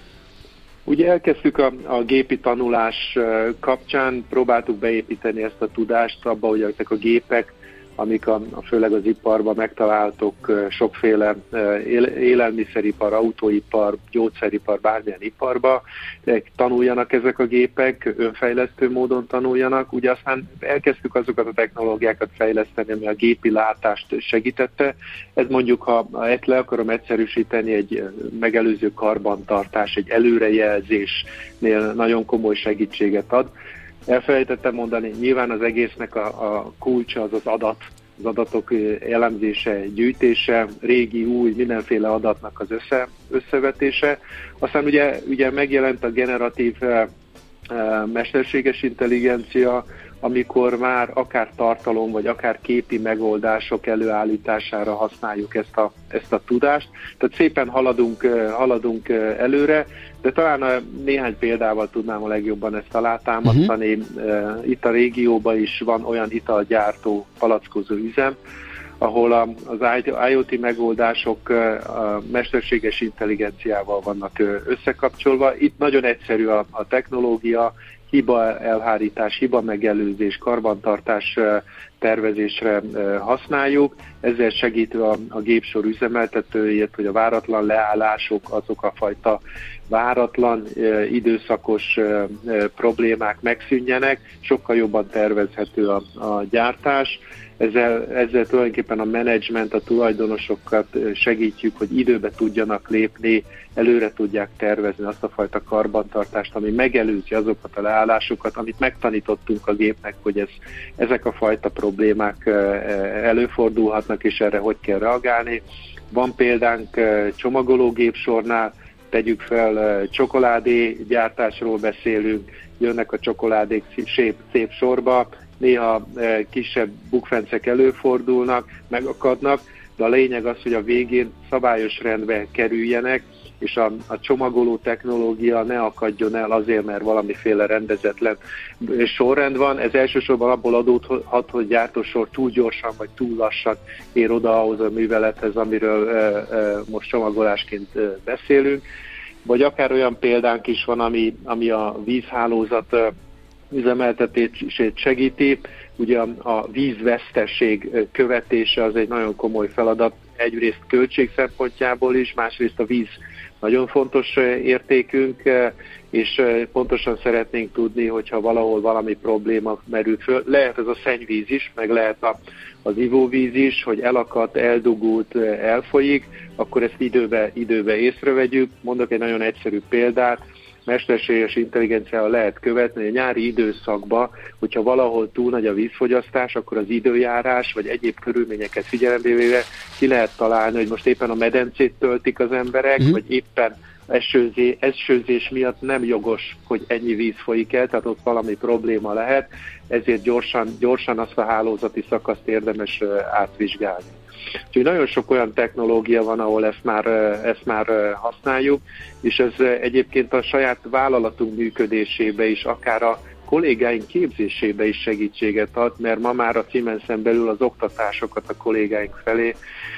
Ugye elkezdtük a, a gépi tanulás kapcsán, próbáltuk beépíteni ezt a tudást abba, hogy ezek a gépek, amik a, a főleg az iparban megtaláltok, sokféle él, élelmiszeripar, autóipar, gyógyszeripar, bármilyen iparba, tanuljanak ezek a gépek, önfejlesztő módon tanuljanak. Ugye aztán elkezdtük azokat a technológiákat fejleszteni, ami a gépi látást segítette. Ez mondjuk, ha le akarom egyszerűsíteni, egy megelőző karbantartás, egy előrejelzésnél nagyon komoly segítséget ad. Elfelejtettem mondani, nyilván az egésznek a, a kulcsa az az adat, az adatok elemzése, gyűjtése, régi, új, mindenféle adatnak az össze, összevetése. Aztán ugye, ugye megjelent a generatív e, mesterséges intelligencia, amikor már akár tartalom, vagy akár képi megoldások előállítására használjuk ezt a, ezt a tudást. Tehát szépen haladunk, haladunk előre, de talán a néhány példával tudnám a legjobban ezt alátámasztani. Uh-huh. Itt a régióban is van olyan italgyártó, palackozó üzem, ahol az i o té megoldások a mesterséges intelligenciával vannak összekapcsolva. Itt nagyon egyszerű a, a technológia, hiba elhárítás, hiba megelőzés, karbantartás tervezésre használjuk, ezzel segítve a, a gépsor üzemeltetőjét, hogy a váratlan leállások, azok a fajta váratlan, időszakos problémák megszűnjenek, sokkal jobban tervezhető a, a gyártás. Ezzel, ezzel tulajdonképpen a menedzsment, a tulajdonosokat segítjük, hogy időbe tudjanak lépni, előre tudják tervezni azt a fajta karbantartást, ami megelőzi azokat a leállásokat, amit megtanítottunk a gépnek, hogy ez, ezek a fajta problémák előfordulhatnak, és erre hogy kell reagálni. Van példánk csomagológépsornál, tegyük fel, csokoládé gyártásról beszélünk, jönnek a csokoládék szép, szép sorba, néha kisebb bukfencek előfordulnak, megakadnak, de a lényeg az, hogy a végén szabályos rendbe kerüljenek, és a, a csomagoló technológia ne akadjon el azért, mert valamiféle rendezetlen sorrend van. Ez elsősorban abból adódhat, hogy gyártósor túl gyorsan vagy túl lassan ér oda ahhoz a művelethez, amiről e, e, most csomagolásként e, beszélünk. Vagy akár olyan példánk is van, ami, ami a vízhálózat üzemeltetését segíti. Ugye a, a vízvesztesség követése az egy nagyon komoly feladat, egyrészt költség szempontjából is, másrészt a víz nagyon fontos értékünk, és pontosan szeretnénk tudni, hogyha valahol valami probléma merül föl. Lehet ez a szennyvíz is, meg lehet a, az ivóvíz is, hogy elakadt, eldugult, elfolyik, akkor ezt időbe, időbe észrevegyük. Mondok egy nagyon egyszerű példát, mesterséges intelligenciával lehet követni, a nyári időszakban, hogyha valahol túl nagy a vízfogyasztás, akkor az időjárás vagy egyéb körülményeket figyelembe véve ki lehet találni, hogy most éppen a medencét töltik az emberek, mm. vagy éppen esőzé, esőzés miatt nem jogos, hogy ennyi víz folyik el, tehát ott valami probléma lehet, ezért gyorsan, gyorsan azt a hálózati szakaszt érdemes átvizsgálni. Úgyhogy nagyon sok olyan technológia van, ahol ezt már, ezt már használjuk, és ez egyébként a saját vállalatunk működésébe is, akár a kollégáink képzésébe is segítséget ad, mert ma már a Siemensen belül az oktatásokat a kollégáink felé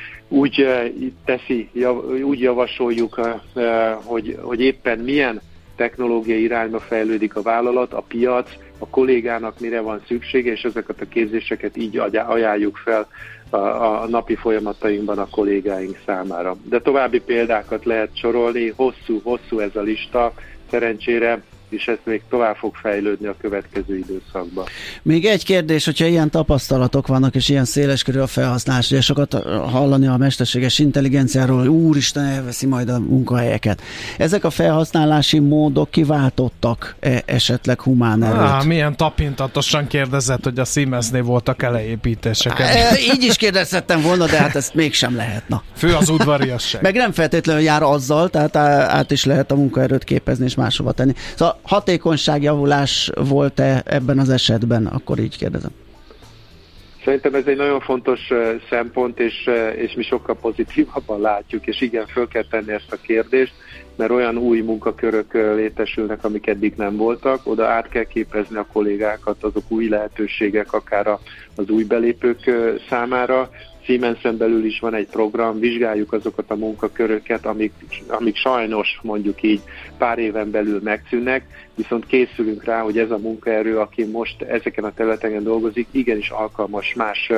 úgy teszi, úgy javasoljuk, hogy, hogy éppen milyen technológiai irányba fejlődik a vállalat, a piac, a kollégának mire van szüksége, és ezeket a képzéseket így ajánljuk fel a, a napi folyamatainkban a kollégáink számára. De további példákat lehet sorolni, hosszú, hosszú ez a lista, szerencsére, és ez még tovább fog fejlődni a következő időszakban. Még egy kérdés, hogyha ilyen tapasztalatok vannak, és ilyen széleskörű a felhasználás, ugye sokat hallani a mesterséges intelligenciáról, hogy úristen, elveszi majd a munkahelyeket. Ezek a felhasználási módok kiváltottak -e esetleg humán erőt? Ah, milyen tapintatosan kérdezett, hogy a Siemensnél voltak eleépítések. E, így is kérdezhettem volna, de hát ezt mégsem lehet. Na. Fő az udvariasság. Meg nem feltétlenül jár azzal, tehát át is lehet a munkaerőt képezni és máshova tenni. Szóval hatékonyságjavulás volt-e ebben az esetben? Akkor így kérdezem. Szerintem ez egy nagyon fontos szempont, és, és mi sokkal pozitívabban látjuk, és igen, föl kell tenni ezt a kérdést, mert olyan új munkakörök létesülnek, amik eddig nem voltak, oda át kell képezni a kollégákat, azok új lehetőségek akár az új belépők számára. Siemensen belül is van egy program, vizsgáljuk azokat a munkaköröket, amik, amik sajnos mondjuk így pár éven belül megszűnnek, viszont készülünk rá, hogy ez a munkaerő, aki most ezeken a területeken dolgozik, igenis alkalmas más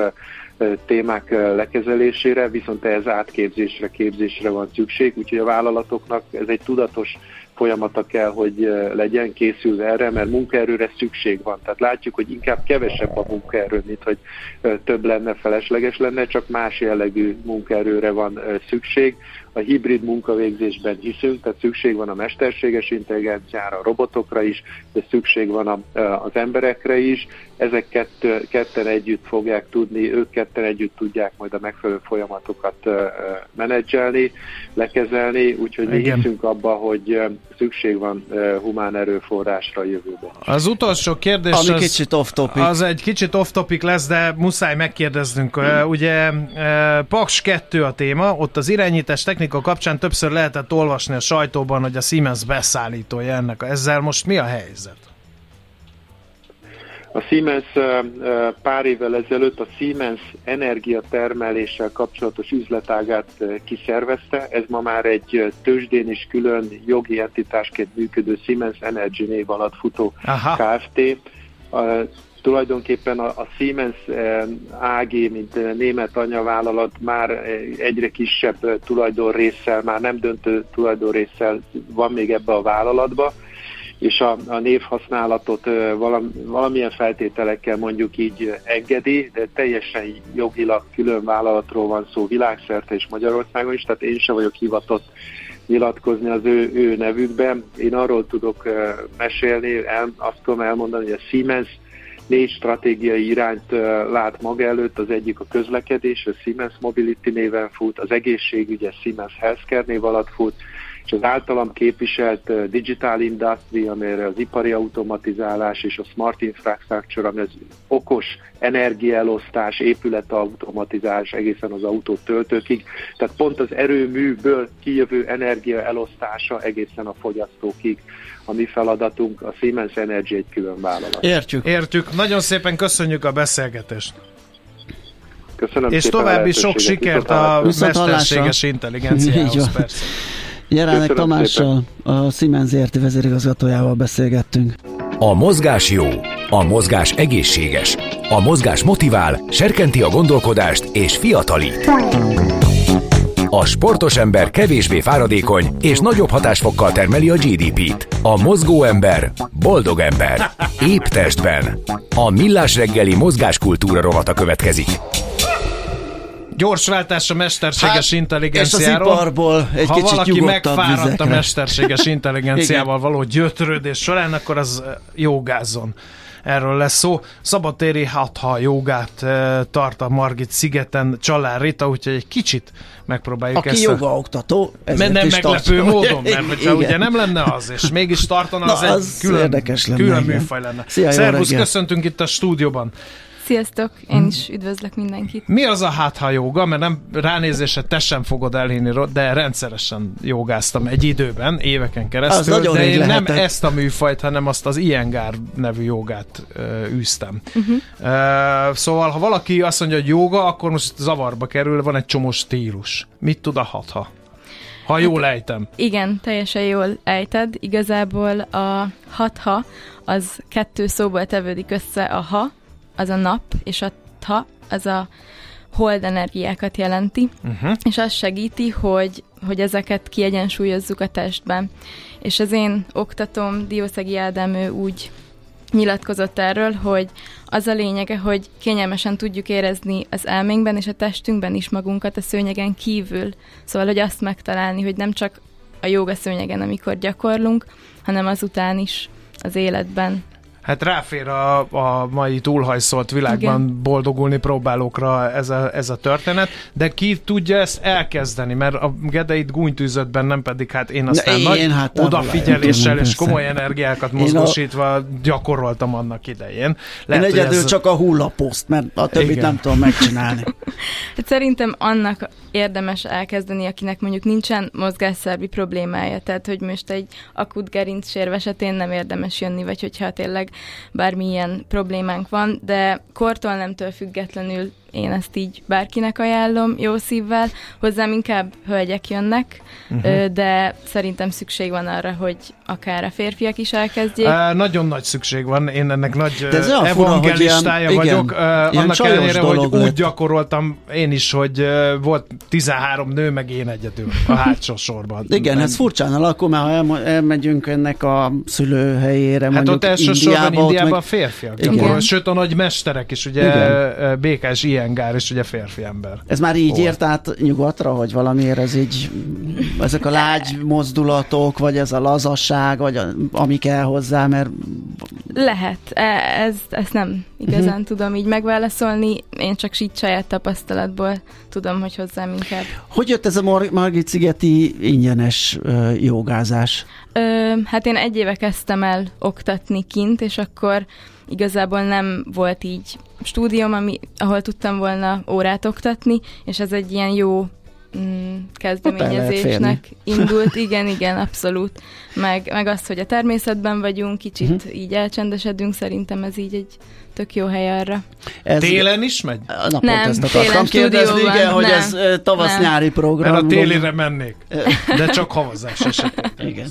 témák lekezelésére, viszont ehhez átképzésre, képzésre van szükség, úgyhogy a vállalatoknak ez egy tudatos folyamata kell, hogy legyen készülve erre, mert munkaerőre szükség van. Tehát látjuk, hogy inkább kevesebb a munkaerő, mint hogy több lenne, felesleges lenne, csak más jellegű munkaerőre van szükség. A hibrid munkavégzésben hiszünk, tehát szükség van a mesterséges intelligenciára, a robotokra is, de szükség van a, az emberekre is. Ezek kettő, ketten együtt fogják tudni, ők ketten együtt tudják majd a megfelelő folyamatokat menedzselni, lekezelni, úgyhogy mi hiszünk abba, hogy szükség van humán erőforrásra a jövőben. Az utolsó kérdés Ami az, kicsit off-topic. az egy kicsit off-topic lesz, de muszáj megkérdeznünk. Hmm. Ugye Paks kettő a téma, ott az irányítás technika kapcsán többször lehetett olvasni a sajtóban, hogy a Siemens beszállítója ennek. Ezzel most mi a helyzet? A Siemens pár évvel ezelőtt a Siemens energiatermeléssel kapcsolatos üzletágát kiszervezte. Ez ma már egy tőzsdén is külön jogi entitásként működő Siemens Energy név alatt futó Aha. Kft. A, tulajdonképpen a, a Siemens á gé, mint német anyavállalat már egyre kisebb tulajdonrésszel, már nem döntő tulajdonrésszel van még ebbe a vállalatba, és a, a névhasználatot valam, valamilyen feltételekkel mondjuk így engedi, de teljesen jogilag külön vállalatról van szó világszerte és Magyarországon is, tehát én sem vagyok hivatott nyilatkozni az ő, ő nevükben. Én arról tudok mesélni, el, azt tudom elmondani, hogy a Siemens négy stratégiai irányt lát maga előtt, az egyik a közlekedés, a Siemens Mobility néven fut, az egészségügy, a Siemens Healthcare név alatt fut, és az általam képviselt Digital Industry, amelyre az ipari automatizálás és a Smart Infrastructure, ami az okos energiaelosztás, épületautomatizálás egészen az autótöltőkig. Tehát pont az erőműből kijövő energiaelosztása egészen a fogyasztókig. A mi feladatunk, a Siemens Energy egy külön vállalat. Értjük. Értjük. Nagyon szépen köszönjük a beszélgetést. Köszönöm és szépen további sok sikert a mesterséges intelligenciához, persze. Jeránek Tamással, a Siemens zé er té vezérigazgatójával beszélgettünk. A mozgás jó, a mozgás egészséges, a mozgás motivál, serkenti a gondolkodást és fiatalít. A sportos ember kevésbé fáradékony és nagyobb hatásfokkal termeli a gé dé pét. A mozgó ember boldog ember. Épp testben. A Millás reggeli mozgáskultúra rovata következik. Gyors váltás a mesterséges hát, intelligenciáról. És az iparból egy ha kicsit valaki megfáradt vizekre. a mesterséges intelligenciával való gyötrődés során, akkor az jogázzon. Erről lesz szó. Szabadtéri hatha jogát e, tart a Margit szigeten Csalár Rita, úgyhogy egy kicsit megpróbáljuk Aki ezt. Aki jogaoktató, ezért nem meglepő tartja. módon, mert hogyha ugye nem lenne az, és mégis tartana, az, Na, az egy külön, külön műfaj lenne. Szia, Szervusz, köszöntünk itt a stúdióban. Sziasztok, én is üdvözlök mindenkit. Mi az a hatha jóga? Mert nem ránézésre te sem fogod elhinni, de rendszeresen jogáztam egy időben, éveken keresztül, de én lehetett. nem ezt a műfajt, hanem azt az Iyengar nevű jogát uh, űztem. Uh-huh. Uh, szóval, ha valaki azt mondja, hogy jóga, akkor most zavarba kerül, van egy csomó stílus. Mit tud a hatha? Ha jól ejtem. Igen, teljesen jól ejted. Igazából a hatha az kettő szóból tevődik össze, a ha, az a nap, és a tha, az a hold energiákat jelenti, uh-huh. és az segíti, hogy, hogy ezeket kiegyensúlyozzuk a testben. És az én oktatóm, Diószegi Ádám, ő úgy nyilatkozott erről, hogy az a lényege, hogy kényelmesen tudjuk érezni az elménkben és a testünkben is magunkat a szőnyegen kívül. Szóval, hogy azt megtalálni, hogy nem csak a jóga szőnyegen, amikor gyakorlunk, hanem azután is az életben. Hát ráfér a, a mai túlhajszolt világban Igen. boldogulni próbálókra ez a, ez a történet, de ki tudja ezt elkezdeni, mert a Gedeit gúnytűzött bennem, pedig hát én aztán én, nagy hát odafigyeléssel és komoly energiákat mozgósítva a... gyakoroltam annak idején. Lehet, én egyedül ez... csak a hullaposzt, mert a többit Igen. nem tudom megcsinálni. Hát szerintem annak érdemes elkezdeni, akinek mondjuk nincsen mozgásszervi problémája, tehát hogy most egy akut gerincsérv esetén nem érdemes jönni, vagy hogyha tényleg bármilyen problémánk van, de kortól nemtől függetlenül én ezt így bárkinek ajánlom jó szívvel. Hozzám inkább hölgyek jönnek, uh-huh. de szerintem szükség van arra, hogy akár a férfiak is elkezdjék. Uh, nagyon nagy szükség van, én ennek nagy evangelistája vagyok. Uh, annak ellenére, hogy lett. úgy gyakoroltam én is, hogy uh, volt tizenhárom nő, meg én egyedül a hátsó sorban. Igen, nem. Ez furcsán alakul, mert ha elmo- elmegyünk ennek a szülőhelyére, hát mondjuk ott elsősorban Indiában meg... a férfiak. Akkor, sőt, a nagy mesterek is, ugye Igen. Békás Iyengar is ugye férfi ember. Ez már így ért át nyugatra, hogy valamiért ez így, ezek a lágy mozdulatok, vagy ez a lazasság, vagy a, ami kell hozzá, mert... Lehet. Ez, ezt nem igazán uh-huh. tudom így megválaszolni. Én csak így saját tapasztalatból tudom, hogy hozzám inkább. Hogy jött ez a Mar- Margit-szigeti ingyenes uh, jogázás? Ö, hát én egy éve kezdtem el oktatni kint, és akkor igazából nem volt így stúdium, ami, ahol tudtam volna órát oktatni, és ez egy ilyen jó mm, kezdeményezésnek indult. Igen, igen, abszolút. Meg, meg az, hogy a természetben vagyunk, kicsit uh-huh. így elcsendesedünk, szerintem ez így egy tök jó hely arra. Ez télen is megy? Na, nem, télen stúdióban. Igen, nem, hogy ez tavasz-nyári program. Mert a télire mennék, de csak havazás esetén. Igen.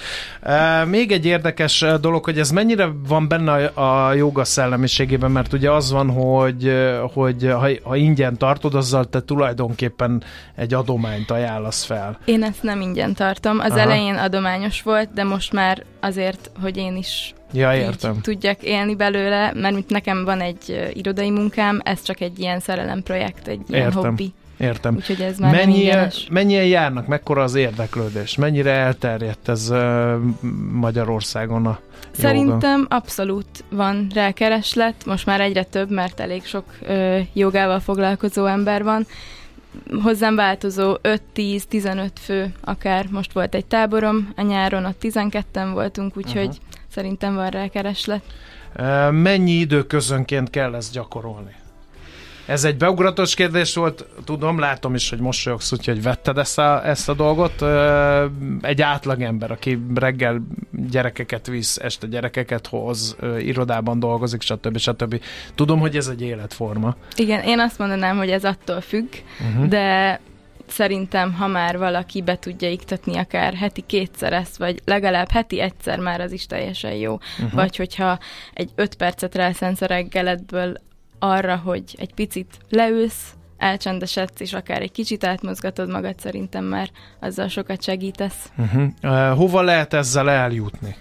Uh, még egy érdekes dolog, hogy ez mennyire van benne a, a jóga szellemiségében, mert ugye az van, hogy, hogy ha, ha ingyen tartod, azzal te tulajdonképpen egy adományt ajánlasz fel. Én ezt nem ingyen tartom. Az Aha. elején adományos volt, de most már azért, hogy én is ja, értem. tudjak élni belőle, mert mint nekem van egy uh, irodai munkám, ez csak egy ilyen szerelemprojekt, egy ilyen értem. hobbi. Értem. Úgyhogy ez már Mennyi, nem ingyenes. Mennyien járnak, mekkora az érdeklődés? Mennyire elterjedt ez uh, Magyarországon a Szerintem jóga? abszolút van rá kereslet, most már egyre több, mert elég sok uh, jogával foglalkozó ember van. Hozzám változó öt-tíz-tizenöt fő, akár most volt egy táborom, a nyáron ott tizenketten voltunk, úgyhogy uh-huh. szerintem van rá kereslet. Uh, mennyi időközönként kell ezt gyakorolni? Ez egy beugratos kérdés volt, tudom, látom is, hogy mosolyogsz, úgyhogy vetted ezt a, ezt a dolgot. Egy átlagember, aki reggel gyerekeket visz, este gyerekeket hoz, irodában dolgozik, stb. stb. Tudom, hogy ez egy életforma. Igen, én azt mondanám, hogy ez attól függ, uh-huh. de szerintem, ha már valaki be tudja iktatni akár heti kétszer ezt, vagy legalább heti egyszer, már az is teljesen jó. Uh-huh. Vagy hogyha egy öt percet rászánsz a reggeledből arra, hogy egy picit leülsz, elcsendesedsz, és akár egy kicsit átmozgatod magad, szerintem már azzal sokat segítesz. Uh-huh. Uh, hova lehet ezzel eljutni?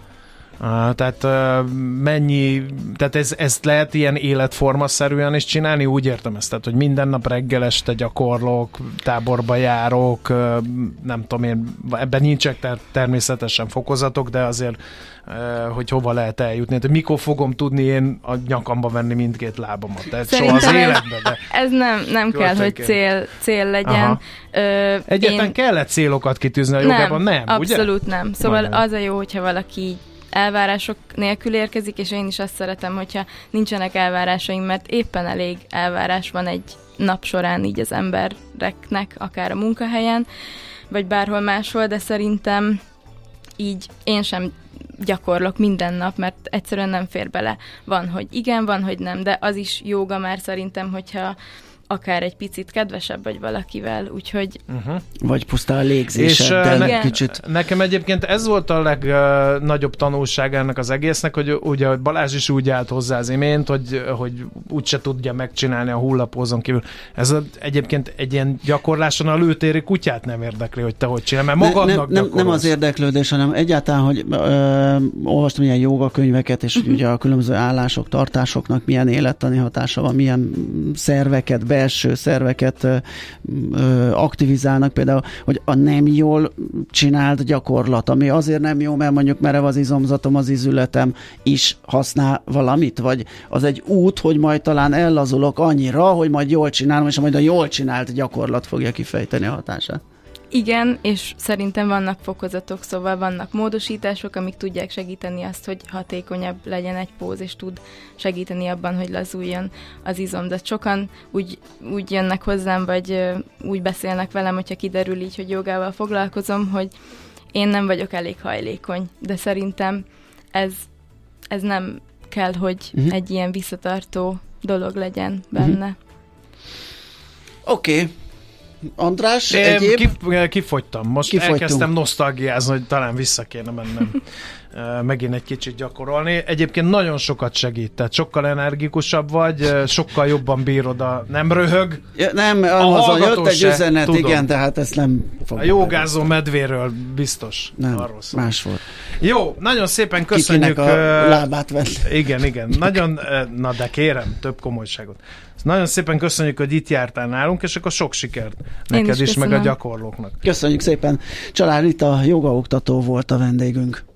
Uh, tehát uh, mennyi, tehát ez, ezt lehet ilyen életformaszerűen is csinálni, úgy értem ezt, tehát, hogy minden nap reggel este gyakorlok, táborba járok, uh, nem tudom én, ebben nincsenek ter- természetesen fokozatok, de azért, uh, hogy hova lehet eljutni, tehát mikor fogom tudni én a nyakamba venni mindkét lábamat, tehát soha az életben. De ez nem, nem kell, hogy cél, cél legyen. Ö, Egyáltalán én... kell-e célokat kitűzni a jogában? Nem, nem abszolút ugye? nem. Szóval Majdnem. Az a jó, hogyha valaki így elvárások nélkül érkezik, és én is azt szeretem, hogyha nincsenek elvárásaim, mert éppen elég elvárás van egy nap során így az embereknek, akár a munkahelyen, vagy bárhol máshol, de szerintem így én sem gyakorlok minden nap, mert egyszerűen nem fér bele. Van, hogy igen, van, hogy nem, de az is jóga már szerintem, hogyha akár egy picit kedvesebb vagy valakivel, úgyhogy... Uh-huh. Vagy pusztán a légzéseddel ne, kicsit. Nekem egyébként ez volt a legnagyobb tanulság ennek az egésznek, hogy ugye Balázs is úgy állt hozzá az imént, hogy, hogy úgyse tudja megcsinálni a hullapózon kívül. Ez a, egyébként egy ilyen gyakorláson a lőtéri kutyát nem érdekli, hogy te hogy csinál, mert magadnak ne, nem, nem az érdeklődés, hanem egyáltalán, hogy ö, olvastam ilyen jogakönyveket, és uh-huh. ugye a különböző állások, tartásoknak milyen élettani hatása van, milyen szerveket be belső szerveket ö, ö, aktivizálnak, például, hogy a nem jól csinált gyakorlat, ami azért nem jó, mert mondjuk merev az izomzatom, az izületem is használ valamit, vagy az egy út, hogy majd talán ellazulok annyira, hogy majd jól csinálom, és majd a jól csinált gyakorlat fogja kifejteni a hatását. Igen, és szerintem vannak fokozatok, szóval vannak módosítások, amik tudják segíteni azt, hogy hatékonyabb legyen egy póz, és tud segíteni abban, hogy lazuljon az izom. De sokan úgy, úgy jönnek hozzám, vagy úgy beszélnek velem, hogyha kiderül így, hogy jogával foglalkozom, hogy én nem vagyok elég hajlékony, de szerintem ez, ez nem kell, hogy uh-huh. egy ilyen visszatartó dolog legyen benne. Uh-huh. Oké. Okay. András, Én egyéb? Kif, kifogytam. Most Kifogytunk. Elkezdtem nosztalgiázni, hogy talán vissza kéne mennem megint egy kicsit gyakorolni. Egyébként nagyon sokat segít, tehát sokkal energikusabb vagy, sokkal jobban bírod a... Nem röhög? Ja, nem, a jött egy se, üzenet, tudom. Igen, tehát ezt nem A jogázó medvéről biztos. Nem, arról szól. más volt. Jó, nagyon szépen köszönjük. Kikinek a lábát venni. Igen, igen. Nagyon, na de kérem, több komolyságot. Nagyon szépen köszönjük, hogy itt jártál nálunk, és akkor sok sikert neked is, is meg a gyakorlóknak. Köszönjük szépen. Család Rita jogaoktató volt a vendégünk.